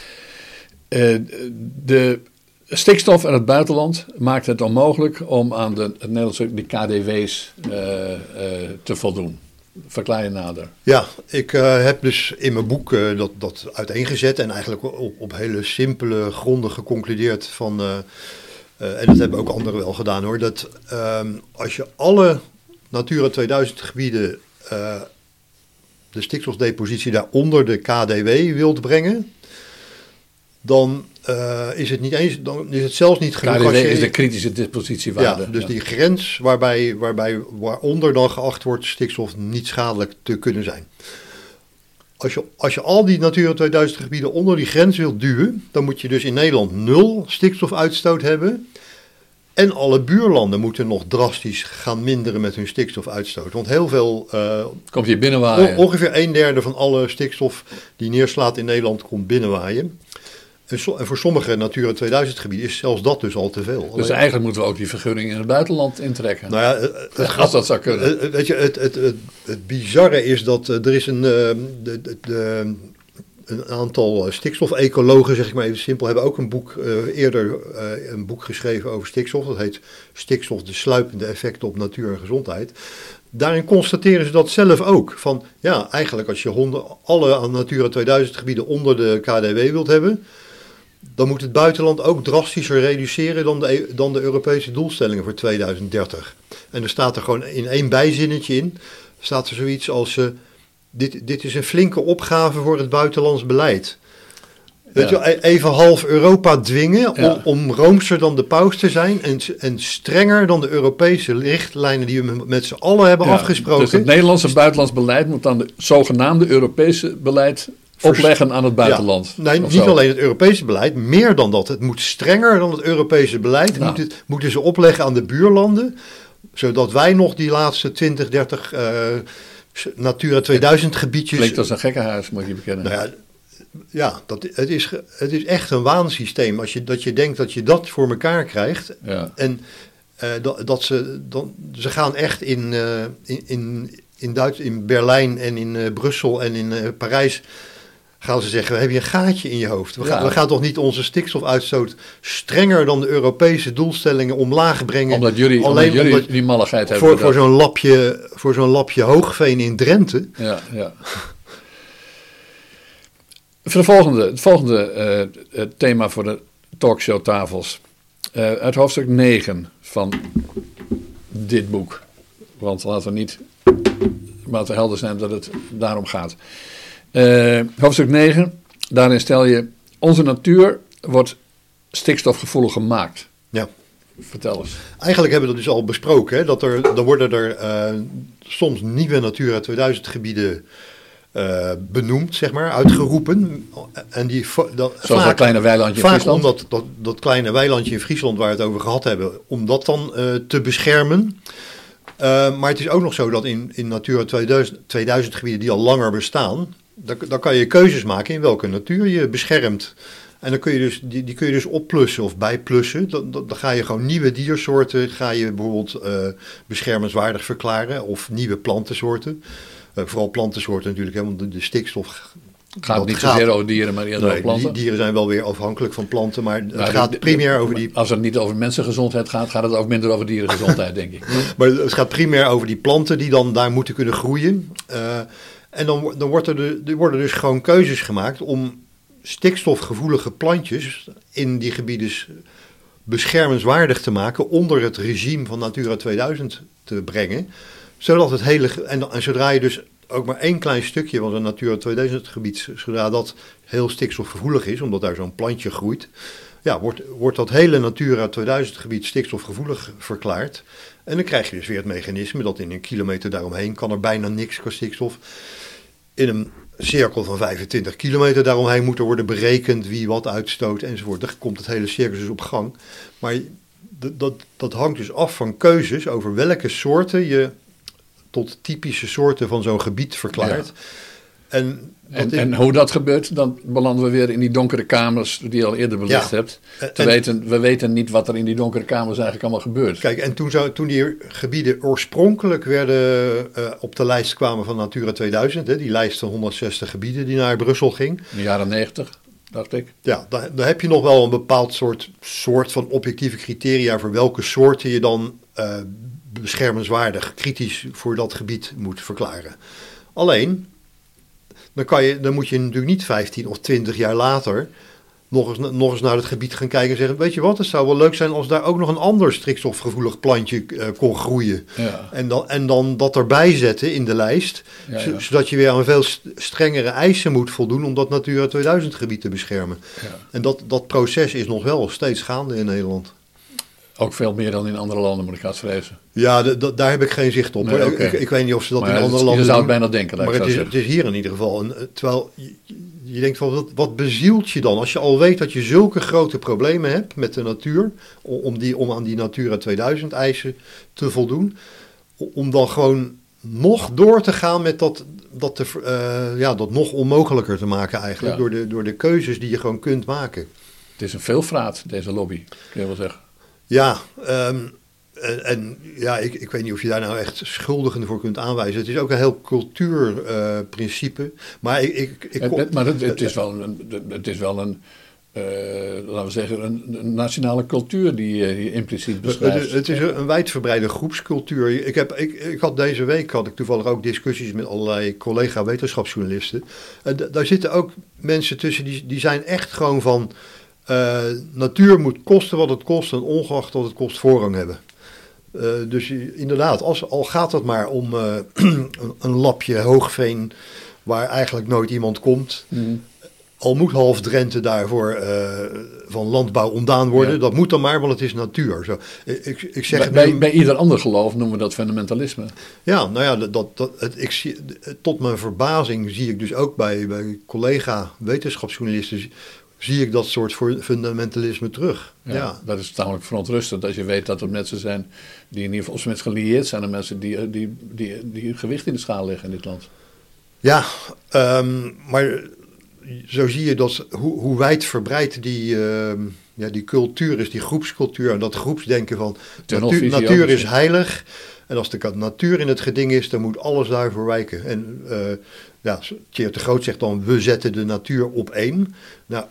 de stikstof in het buitenland maakt het onmogelijk om aan de, het Nederlandse die K D W's uh, uh, te voldoen. Verklaar je nader. Ja, ik uh, heb dus in mijn boek uh, dat, dat uiteengezet en eigenlijk op, op hele simpele gronden geconcludeerd van, uh, uh, en dat hebben ook anderen wel gedaan hoor, dat uh, als je alle Natura tweeduizend gebieden, uh, de stikstofdepositie daaronder de K D W wilt brengen, dan uh, is het niet eens, dan is het zelfs niet genoeg. K D W als je, is de kritische depositiewaarde. Ja, dus ja. die grens waarbij, waarbij, waaronder dan geacht wordt stikstof niet schadelijk te kunnen zijn. Als je, als je al die Natura tweeduizend gebieden onder die grens wilt duwen, dan moet je dus in Nederland nul stikstofuitstoot hebben. En alle buurlanden moeten nog drastisch gaan minderen met hun stikstofuitstoot. Want heel veel... Uh, komt hier binnenwaaien. On, ongeveer een derde van alle stikstof die neerslaat in Nederland komt binnenwaaien. En, so, en voor sommige Natura tweeduizend gebieden is zelfs dat dus al te veel. Dus Alleen, eigenlijk moeten we ook die vergunning in het buitenland intrekken. Nou ja, het, het, als dat zou kunnen. Het, weet je, het, het, het, het bizarre is dat uh, er is een, uh, de, de, de, een aantal stikstofecologen, zeg ik maar even simpel, hebben ook een boek uh, eerder uh, een boek geschreven over stikstof. Dat heet Stikstof, de sluipende effecten op natuur en gezondheid. Daarin constateren ze dat zelf ook. Van ja, eigenlijk als je honden, alle Natura tweeduizend gebieden onder de K D W wilt hebben, dan moet het buitenland ook drastischer reduceren dan de, dan de Europese doelstellingen voor tweeduizend dertig. En er staat er gewoon in één bijzinnetje in, staat er zoiets als, uh, dit, dit is een flinke opgave voor het buitenlands beleid. Ja. Weet je, even half Europa dwingen ja. om, om roomser dan de paus te zijn en, en strenger dan de Europese richtlijnen die we met z'n allen hebben ja, afgesproken. Dus het Nederlandse dus, buitenlands beleid moet dan de zogenaamde Europese beleid opleggen aan het buitenland. Ja, nee, niet zo. Alleen het Europese beleid, meer dan dat. Het moet strenger dan het Europese beleid. Ja. Moet het, moeten ze opleggen aan de buurlanden, zodat wij nog die laatste twintig, dertig uh, Natura tweeduizend gebiedjes... Klinkt als een gekkenhuis, moet je bekennen. Nou ja, ja dat, het, is, het is echt een waansysteem. Als je, dat je denkt dat je dat voor elkaar krijgt. Ja. En uh, dat, dat ze, dan, ze gaan echt in, uh, in, in, in, Duits, in Berlijn en in uh, Brussel en in uh, Parijs... gaan ze zeggen, we hebben een gaatje in je hoofd. We, ja. gaan, we gaan toch niet onze stikstofuitstoot strenger dan de Europese doelstellingen omlaag brengen. Omdat jullie, alleen omdat jullie omdat, die malligheid hebben. Voor, voor zo'n lapje, voor zo'n lapje Hoogveen in Drenthe. Ja, ja. Voor de volgende, het volgende uh, het thema voor de talkshowtafels. Uh, uit hoofdstuk negen van dit boek. Want laten we niet laten we helder zijn dat het daarom gaat. Uh, hoofdstuk negen, daarin stel je, onze natuur wordt stikstofgevoelig gemaakt. Ja. Vertel eens. Eigenlijk hebben we dat dus al besproken. Hè? Dat er, dan worden er uh, soms nieuwe Natura tweeduizend gebieden uh, benoemd, zeg maar, uitgeroepen. En die, dat, Zoals vaak, dat kleine weilandje in vaak Friesland. Vaak om dat, dat, dat kleine weilandje in Friesland waar we het over gehad hebben, om dat dan uh, te beschermen. Uh, maar het is ook nog zo dat in, in Natura tweeduizend, tweeduizend gebieden die al langer bestaan, dan, dan kan je keuzes maken in welke natuur je beschermt. En dan kun je dus, die, die kun je dus opplussen of bijplussen. Dan, dan, dan ga je gewoon nieuwe diersoorten, ga je bijvoorbeeld uh, beschermenswaardig verklaren. Of nieuwe plantensoorten. Uh, vooral plantensoorten natuurlijk, hè, want de, de stikstof... Gaat niet zozeer over dieren, maar eerder nee, over planten. Die dieren zijn wel weer afhankelijk van planten, maar het nou, gaat de, primair over die... Als het niet over mensengezondheid gaat, gaat het ook minder over dierengezondheid, denk ik. Maar het gaat primair over die planten die dan daar moeten kunnen groeien. Uh, en dan, dan wordt er, de, er worden dus gewoon keuzes gemaakt om stikstofgevoelige plantjes in die gebieden beschermenswaardig te maken, onder het regime van Natura tweeduizend te brengen. Zodat het hele... En, en zodra je dus ook maar één klein stukje van een Natura tweeduizend gebied, zodra dat heel stikstofgevoelig is, omdat daar zo'n plantje groeit, ja, wordt, wordt dat hele Natura tweeduizend gebied stikstofgevoelig verklaard. En dan krijg je dus weer het mechanisme dat in een kilometer daaromheen kan er bijna niks qua stikstof. In een cirkel van vijfentwintig kilometer daaromheen moet er worden berekend wie wat uitstoot enzovoort. Dan komt het hele circus dus op gang. Maar dat, dat, dat hangt dus af van keuzes over welke soorten je tot typische soorten van zo'n gebied verklaart. Ja. En, en, is... en hoe dat gebeurt, dan belanden we weer in die donkere kamers die je al eerder belicht ja. hebt. Te en, weten, we weten niet wat er in die donkere kamers eigenlijk allemaal gebeurt. Kijk, en toen, zou, toen die gebieden oorspronkelijk werden uh, op de lijst kwamen van Natura tweeduizend, hè, die lijst van honderdzestig gebieden die naar Brussel ging. In de jaren negentig, dacht ik. Ja, daar, daar heb je nog wel een bepaald soort, soort van objectieve criteria voor welke soorten je dan uh, beschermenswaardig, kritisch voor dat gebied moet verklaren. Alleen, dan, kan je, dan moet je natuurlijk niet vijftien of twintig jaar later nog eens, nog eens naar het gebied gaan kijken en zeggen, weet je wat, het zou wel leuk zijn als daar ook nog een ander stikstofgevoelig plantje uh, kon groeien. Ja. En, dan, en dan dat erbij zetten in de lijst, ja, ja. zodat je weer aan veel strengere eisen moet voldoen om dat Natura tweeduizend gebied te beschermen. Ja. En dat, dat proces is nog wel steeds gaande in Nederland. Ook veel meer dan in andere landen, moet ik gaan vrezen. Ja, de, de, daar heb ik geen zicht op. Nee, okay. ik, ik weet niet of ze dat maar in andere het, landen je zou doen. het bijna denken. Maar het is, het is hier in ieder geval. Een, terwijl je, je denkt van, wat, wat bezielt je dan? Als je al weet dat je zulke grote problemen hebt met de natuur, om, die, om aan die Natura tweeduizend eisen te voldoen, om dan gewoon nog door te gaan met dat, dat, te, uh, ja, dat nog onmogelijker te maken eigenlijk, ja. door, de, door de keuzes die je gewoon kunt maken. Het is een veelvraat, deze lobby, kun je wel zeggen. Ja, um, en, en ja, ik, ik weet niet of je daar nou echt schuldigen voor kunt aanwijzen. Het is ook een heel cultuurprincipe. Uh, maar ik, ik, ik het, het, maar het, het is wel een, het is wel een uh, laten we zeggen, een, een nationale cultuur die je impliciet beschrijft. Het, het is een wijdverbreide groepscultuur. Ik, heb, ik, ik had deze week had ik toevallig ook discussies met allerlei collega-wetenschapsjournalisten. En d- daar zitten ook mensen tussen die, die zijn echt gewoon van... Uh, natuur moet kosten wat het kost en ongeacht wat het kost voorrang hebben. Uh, dus inderdaad, als, al gaat het maar om uh, een, een lapje hoogveen waar eigenlijk nooit iemand komt. Mm. Al moet half Drenthe daarvoor uh, van landbouw ontdaan worden. Ja. Dat moet dan maar, want het is natuur. Zo, ik, ik zeg bij, nu, bij ieder ander geloof noemen we dat fundamentalisme. Ja, nou ja, dat, dat, het, ik zie, tot mijn verbazing zie ik dus ook bij, bij collega-wetenschapsjournalisten... zie ik dat soort fundamentalisme terug. Ja, ja. Dat is tamelijk verontrustend als je weet dat er mensen zijn die in ieder geval met gelieerd zijn aan mensen die, die, die, die gewicht in de schaal leggen in dit land. Ja, um, maar zo zie je dat hoe, hoe wijdverbreid die, uh, ja, die cultuur is, die groepscultuur en dat groepsdenken van natuur, natuur is heilig. En als de natuur in het geding is, dan moet alles daarvoor wijken. En uh, ja, Tjeerd de Groot zegt dan, we zetten de natuur op één. Nou,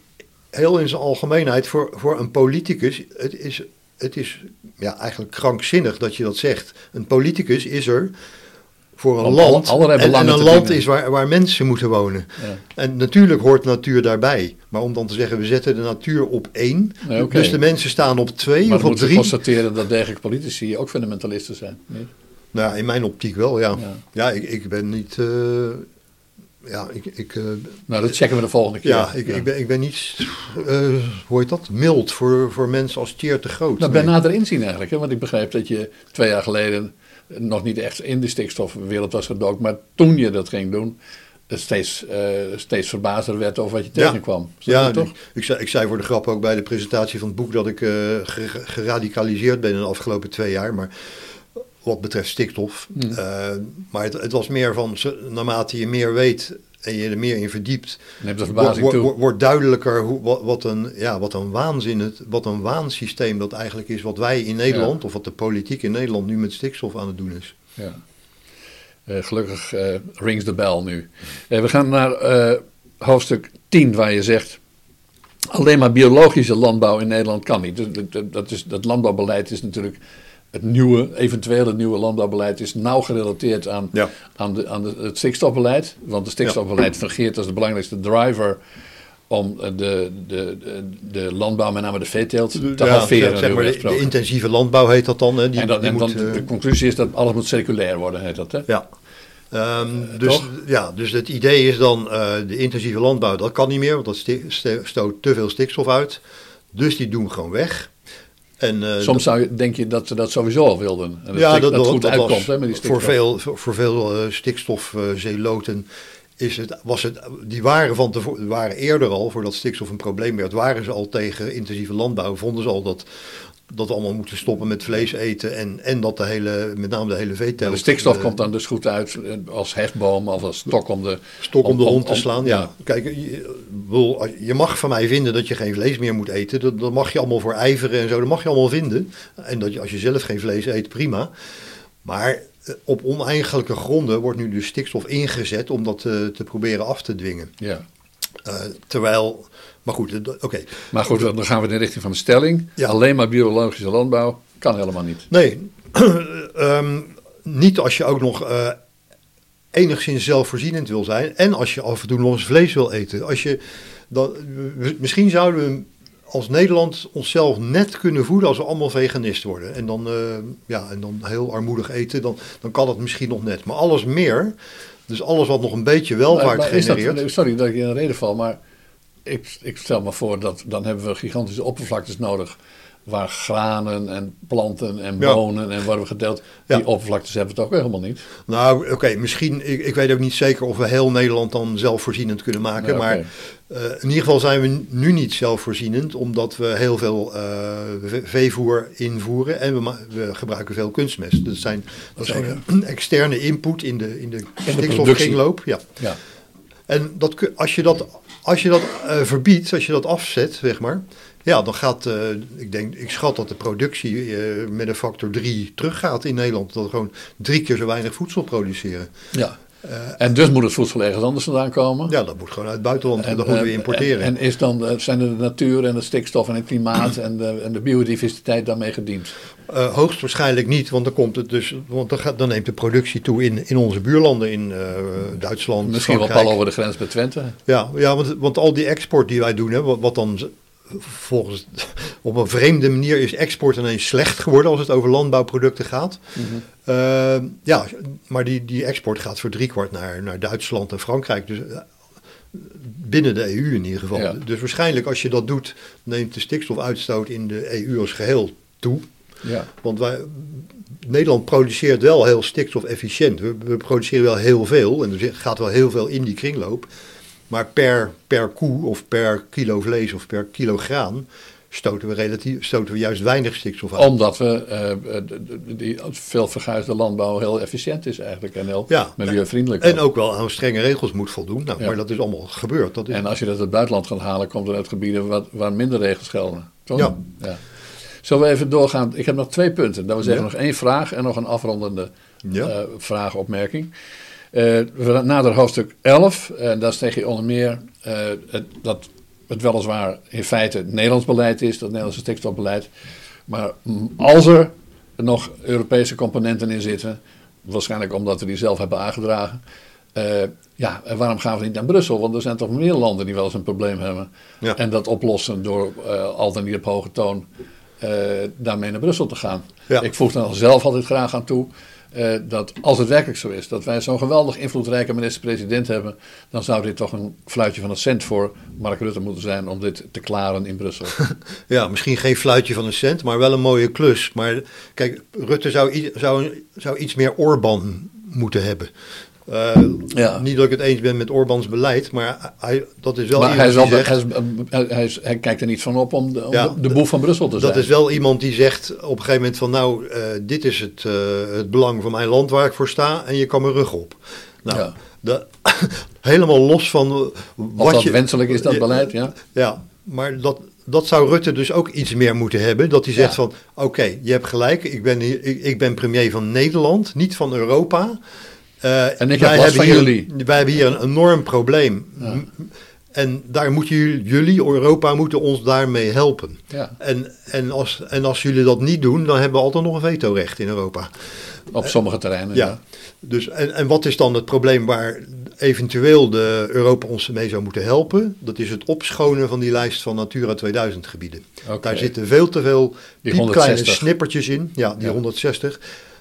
heel in zijn algemeenheid, voor, voor een politicus, het is, het is ja, eigenlijk krankzinnig dat je dat zegt. Een politicus is er voor een Om land, alle, en, en een land is waar, waar mensen moeten wonen. Ja. En natuurlijk hoort natuur daarbij. Maar om dan te zeggen, we zetten de natuur op één, nee, okay. dus de mensen staan op twee maar of op drie. Maar we moeten constateren dat dergelijke politici ook fundamentalisten zijn. Nee? Nou, in mijn optiek wel, ja. Ja, ja ik, ik ben niet... Uh, ja, ik... ik uh, nou, dat checken we de volgende keer. Ja, ik, ja. ik, ben, ik ben niet, uh, hoe heet dat, mild voor, voor mensen als Tjeerd de Groot. Nou, bij nader inzien eigenlijk. Hè? Want ik begreep dat je twee jaar geleden nog niet echt in de stikstofwereld was gedoken. Maar toen je dat ging doen, steeds, uh, steeds verbaasder werd over wat je tegenkwam. Ja, ja toch? Ik, zei, ik zei voor de grap ook bij de presentatie van het boek dat ik uh, geradicaliseerd ben in de afgelopen twee jaar. Maar wat betreft stikstof. Hmm. Uh, maar het, het was meer van, naarmate je meer weet en je er meer in verdiept, neemt de verbazing toe. Wordt word duidelijker hoe, wat, wat, een, ja, wat een waanzin, het, wat een waansysteem dat eigenlijk is, wat wij in Nederland, ja. of wat de politiek in Nederland nu met stikstof aan het doen is. Ja. Uh, gelukkig uh, rings de bel nu. Uh, we gaan naar uh, hoofdstuk tien, waar je zegt, alleen maar biologische landbouw in Nederland kan niet. Dus, dat, dat, is, dat landbouwbeleid is natuurlijk het nieuwe, eventueel het nieuwe landbouwbeleid is nauw gerelateerd aan, ja. aan, de, aan de, het stikstofbeleid. Want het stikstofbeleid ja. fungeert als de belangrijkste driver om de, de, de, de landbouw, met name de veeteelt, te ja, halveren. Zeg maar de, de intensieve landbouw heet dat dan. Hè? Die, en dat, die en moet, dan, de conclusie is dat alles moet circulair worden, heet dat, hè? Ja. Um, uh, dus, ja, dus het idee is dan, uh, de intensieve landbouw, dat kan niet meer, want dat sti- st- stoot te veel stikstof uit. Dus die doen we gewoon weg. En, uh, Soms dat, zou je, denk je dat ze dat sowieso al wilden. En dat ja, stik, dat, dat dat goed dat uitkomt, was, hè, met die stikstof. Voor veel, voor, voor veel uh, stikstofzeeloten is het, was het, die waren, van tevoren, waren eerder al, voordat stikstof een probleem werd, waren ze al tegen intensieve landbouw. Vonden ze al dat, dat we allemaal moeten stoppen met vlees eten en, en dat de hele, met name de hele veeteelt. De stikstof uh, komt dan dus goed uit als hefboom of als stok om de... Stok om, om de hond te om, slaan, ja. ja. Kijk, je, je mag van mij vinden dat je geen vlees meer moet eten. Dat, dat mag je allemaal voor ijveren en zo, dat mag je allemaal vinden. En dat je, als je zelf geen vlees eet, prima. Maar op oneigenlijke gronden wordt nu de stikstof ingezet om dat te, te proberen af te dwingen. Ja. Uh, terwijl... Maar goed, oké. Okay. Maar goed, dan gaan we in de richting van de stelling. Ja. Alleen maar biologische landbouw kan helemaal niet. Nee, um, niet als je ook nog uh, enigszins zelfvoorzienend wil zijn. En als je af en toe nog eens vlees wil eten. Als je, dan, misschien zouden we als Nederland onszelf net kunnen voeden als we allemaal veganist worden. En dan, uh, ja, en dan heel armoedig eten, dan, dan kan het misschien nog net. Maar alles meer, dus alles wat nog een beetje welvaart maar, maar genereert. Dat, sorry dat ik in een reden val, maar... Ik, ik stel me voor dat dan hebben we gigantische oppervlaktes nodig. Waar granen en planten en bonen ja. en worden gedeeld. Die ja. oppervlaktes hebben we toch ook helemaal niet. Nou, oké, okay, misschien, ik, ik weet ook niet zeker of we heel Nederland dan zelfvoorzienend kunnen maken. Ja, okay. Maar uh, in ieder geval zijn we nu niet zelfvoorzienend. Omdat we heel veel uh, veevoer invoeren en we, ma- we gebruiken veel kunstmest. Dat, zijn, dat is gewoon een externe input in de, in de stikstofkringloop. Ja. Ja. En dat, als je dat... Als je dat uh, verbiedt, als je dat afzet, zeg maar, ja, dan gaat, uh, ik denk, ik schat dat de productie uh, met een factor drie teruggaat in Nederland. Dat we gewoon drie keer zo weinig voedsel produceren. Ja. Uh, en dus moet het voedsel ergens anders vandaan komen? Ja, dat moet gewoon uit het buitenland, en, dat moeten we importeren. En, en is dan, zijn de natuur en de stikstof en het klimaat en de, en de biodiversiteit daarmee gediend? Uh, hoogstwaarschijnlijk niet, want dan komt het dus, want dan, gaat, dan neemt de productie toe in, in onze buurlanden, in uh, Duitsland, misschien Frankrijk. wel pal over de grens bij Twente. Ja, ja want, want al die export die wij doen, hè, wat, wat dan volgens op een vreemde manier is export ineens slecht geworden als het over landbouwproducten gaat. Mm-hmm. Uh, ja, maar die, die export gaat voor driekwart naar, naar Duitsland en Frankrijk. Dus uh, binnen de E U in ieder geval. Ja. Dus waarschijnlijk als je dat doet, neemt de stikstofuitstoot in de E U als geheel toe. Ja. Want wij, Nederland produceert wel heel stikstofefficiënt. We, we produceren wel heel veel en er gaat wel heel veel in die kringloop. Maar per, per koe of per kilo vlees of per kilo graan stoten we, relatief, stoten we juist weinig stikstof uit. Omdat we, uh, die veel verguisde landbouw heel efficiënt is eigenlijk en heel ja, milieuvriendelijk. En ook wel aan strenge regels moet voldoen. Nou, ja. Maar dat is allemaal gebeurd. Dat is... En als je dat uit het buitenland gaat halen, komt er uit gebieden waar, waar minder regels gelden. Toch? Ja. ja. Zullen we even doorgaan? Ik heb nog twee punten. Dat wil zeggen ja. nog één vraag en nog een afrondende ja. uh, vraag, opmerking. Uh, we naderen hoofdstuk elf. En uh, daar steeg je onder meer uh, het, dat het weliswaar in feite het Nederlands beleid is, dat Nederlandse stikstofbeleid. Maar als er nog Europese componenten in zitten, waarschijnlijk omdat we die zelf hebben aangedragen. Uh, ja, waarom gaan we niet naar Brussel? Want er zijn toch meer landen die wel eens een probleem hebben. Ja. En dat oplossen door uh, al dan niet op hoge toon uh, daarmee naar Brussel te gaan. Ja. Ik voeg dan zelf altijd graag aan toe uh, dat als het werkelijk zo is, dat wij zo'n geweldig invloedrijke minister-president hebben, dan zou dit toch een fluitje van een cent voor Mark Rutte moeten zijn om dit te klaren in Brussel. Ja, misschien geen fluitje van een cent, maar wel een mooie klus. Maar kijk, Rutte zou, zou, zou iets meer Orbán moeten hebben. Uh, ja. Niet dat ik het eens ben met Orbáns beleid, maar hij, dat is wel maar iemand hij is die al, zegt... Hij, is, hij, is, hij kijkt er niet van op om de, om ja, de boef van Brussel te zijn. Dat is wel iemand die zegt op een gegeven moment van nou, uh, dit is het, uh, het belang van mijn land waar ik voor sta en je kan mijn rug op. Nou, ja. de, helemaal los van... Uh, wat of dat je, wenselijk is, dat uh, beleid, ja. Ja, maar dat... Dat zou Rutte dus ook iets meer moeten hebben. Dat hij zegt ja. van, oké, okay, je hebt gelijk. Ik ben, hier, ik, ik ben premier van Nederland, niet van Europa. Uh, en ik heb last van hier, jullie. Wij hebben hier een enorm probleem. Ja. En daar moeten jullie, Europa, moeten ons daarmee helpen. Ja. En, en, als, en als jullie dat niet doen, dan hebben we altijd nog een vetorecht in Europa. Op sommige terreinen, ja. ja. Dus, en, en wat is dan het probleem waar eventueel de Europa ons mee zou moeten helpen? Dat is het opschonen van die lijst van Natura tweeduizend gebieden. Okay. Daar zitten veel te veel piepkleine snippertjes in. Ja, die ja. honderdzestig.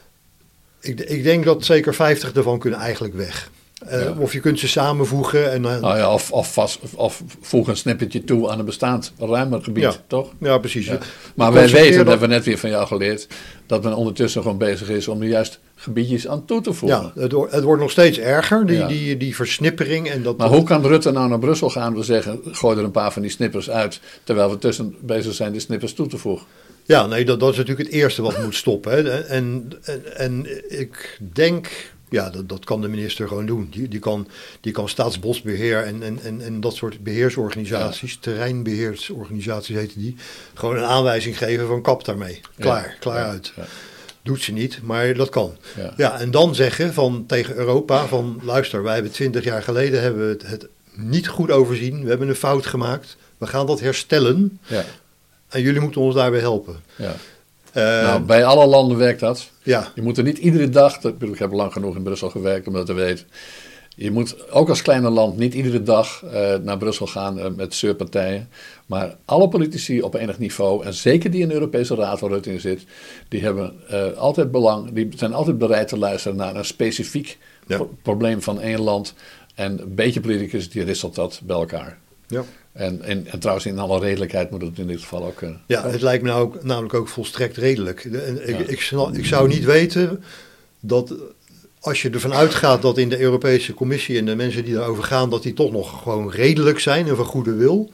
Ik, ik denk dat zeker vijftig ervan kunnen eigenlijk weg. Uh, ja. Of je kunt ze samenvoegen. En, uh, nou ja, of, of, vast, of voeg een snippertje toe aan een bestaand ruimer gebied, ja. toch? Ja, precies. Ja. Maar wij weten, dat hebben we net weer van jou geleerd, dat men ondertussen gewoon bezig is om er juist gebiedjes aan toe te voegen. Ja, het, het wordt nog steeds erger, die, ja. die, die, die versnippering. En dat, maar hoe kan Rutte nou naar Brussel gaan en we zeggen, gooi er een paar van die snippers uit, terwijl we tussen bezig zijn die snippers toe te voegen? Ja, nee, dat, dat is natuurlijk het eerste wat moet stoppen. Hè. En, en, en ik denk... Ja, dat, dat kan de minister gewoon doen. Die, die, kan, die kan staatsbosbeheer en, en, en, en dat soort beheersorganisaties, ja. terreinbeheersorganisaties heten die, gewoon een aanwijzing geven van kap daarmee. Klaar, ja. klaar ja. uit. Ja. Doet ze niet, maar dat kan. Ja. ja, en dan zeggen van tegen Europa van luister, wij hebben twintig jaar geleden hebben we het, het niet goed overzien. We hebben een fout gemaakt. We gaan dat herstellen. Ja. En jullie moeten ons daarbij helpen. Ja. Uh, nou, bij alle landen werkt dat. Ja. Je moet er niet iedere dag, ik heb lang genoeg in Brussel gewerkt om dat te weten. Je moet ook als kleine land niet iedere dag uh, naar Brussel gaan uh, met zeurpartijen. Maar alle politici op enig niveau, en zeker die in de Europese Raad waar Rutte in zit, die hebben uh, altijd belang, die zijn altijd bereid te luisteren naar een specifiek ja. pro- probleem van één land. En een beetje politicus, die wisselt dat bij elkaar. Ja. En, en, en trouwens, in alle redelijkheid moet het in dit geval ook kunnen. Ja, het lijkt me nou ook, namelijk ook volstrekt redelijk. En ik, ja. ik, ik, ik zou niet weten dat als je ervan uitgaat dat in de Europese Commissie en de mensen die daarover gaan, dat die toch nog gewoon redelijk zijn en van goede wil,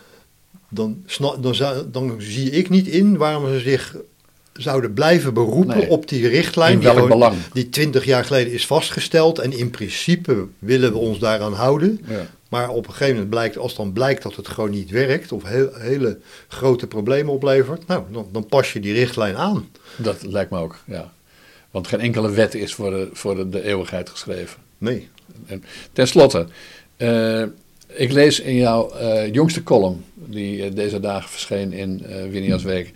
dan, dan, dan, dan zie ik niet in waarom ze zich zouden blijven beroepen nee. op die richtlijn die, gewoon, die twintig jaar geleden is vastgesteld. En in principe willen we ons daaraan houden. Ja. Maar op een gegeven moment blijkt, als dan blijkt dat het gewoon niet werkt of heel, hele grote problemen oplevert, nou, dan, dan pas je die richtlijn aan. Dat lijkt me ook, ja. Want geen enkele wet is voor de, voor de, de eeuwigheid geschreven. Nee. En ten slotte, uh, ik lees in jouw uh, jongste column, die uh, deze dagen verscheen in uh, Winia's Week,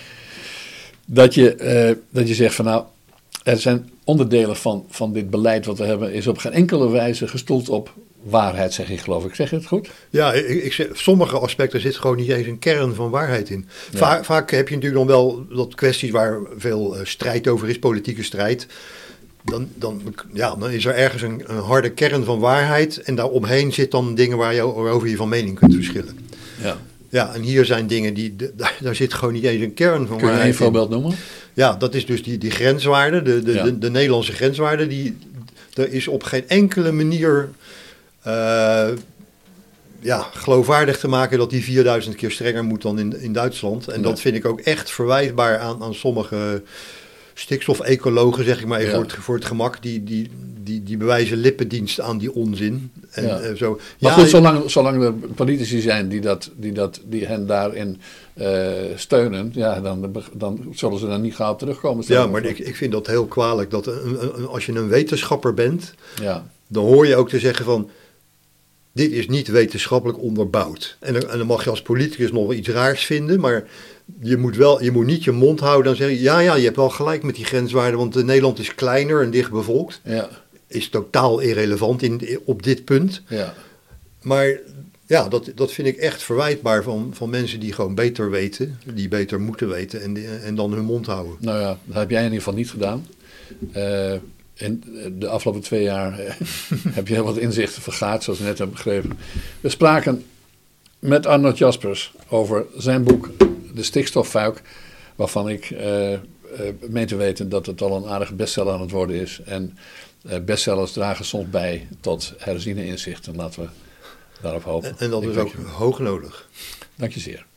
dat je, uh, dat je zegt van nou, er zijn onderdelen van, van dit beleid wat we hebben, is op geen enkele wijze gestoeld op waarheid, zeg ik geloof ik. Zeg je het goed? Ja, ik, ik zeg, sommige aspecten zit gewoon niet eens een kern van waarheid in. Ja. Va- vaak heb je natuurlijk dan wel dat kwesties waar veel uh, strijd over is, politieke strijd. Dan, dan, ja, dan is er ergens een, een harde kern van waarheid en daaromheen zit dan dingen waar je over je van mening kunt verschillen. Ja. Ja, en hier zijn dingen die, de, daar, daar zit gewoon niet eens een kern van. Kun je een voorbeeld noemen? Ja, dat is dus die, die grenswaarde, de, de, ja. de, de Nederlandse grenswaarde, die, er is op geen enkele manier uh, ja, geloofwaardig te maken dat die vierduizend keer strenger moet dan in, in Duitsland. En ja. dat vind ik ook echt verwijtbaar aan, aan sommige stikstofecologen, zeg ik maar even ja. voor, het, voor het gemak, die, die, die, die bewijzen lippendienst aan die onzin. En, ja. uh, zo. Maar ja, goed, zolang, zolang er politici zijn die, dat, die, dat, die hen daarin uh, steunen, ja, dan, dan zullen ze er niet gauw op terugkomen. Ja, maar ik, ik vind dat heel kwalijk. Dat een, een, als je een wetenschapper bent, ja. dan hoor je ook te zeggen van, dit is niet wetenschappelijk onderbouwd. En dan, en dan mag je als politicus nog wel iets raars vinden, maar je moet, wel, je moet niet je mond houden en zeggen, ja, ja, je hebt wel gelijk met die grenswaarden, want Nederland is kleiner en dicht bevolkt. Ja. Is totaal irrelevant in, op dit punt. Ja. Maar ja, dat, dat vind ik echt verwijtbaar van, van mensen die gewoon beter weten, die beter moeten weten en, die, en dan hun mond houden. Nou ja, dat heb jij in ieder geval niet gedaan. Uh, in de afgelopen twee jaar uh, heb je heel wat inzichten vergaard, zoals we net hebben begrepen. We spraken met Arnold Jaspers over zijn boek De Stikstoffuik, waarvan ik uh, uh, meen te weten dat het al een aardige bestseller aan het worden is. En uh, bestsellers dragen soms bij tot herziene inzichten. Laten we daarop hopen. En, en dat ik is ook je... hoog nodig. Dank je zeer.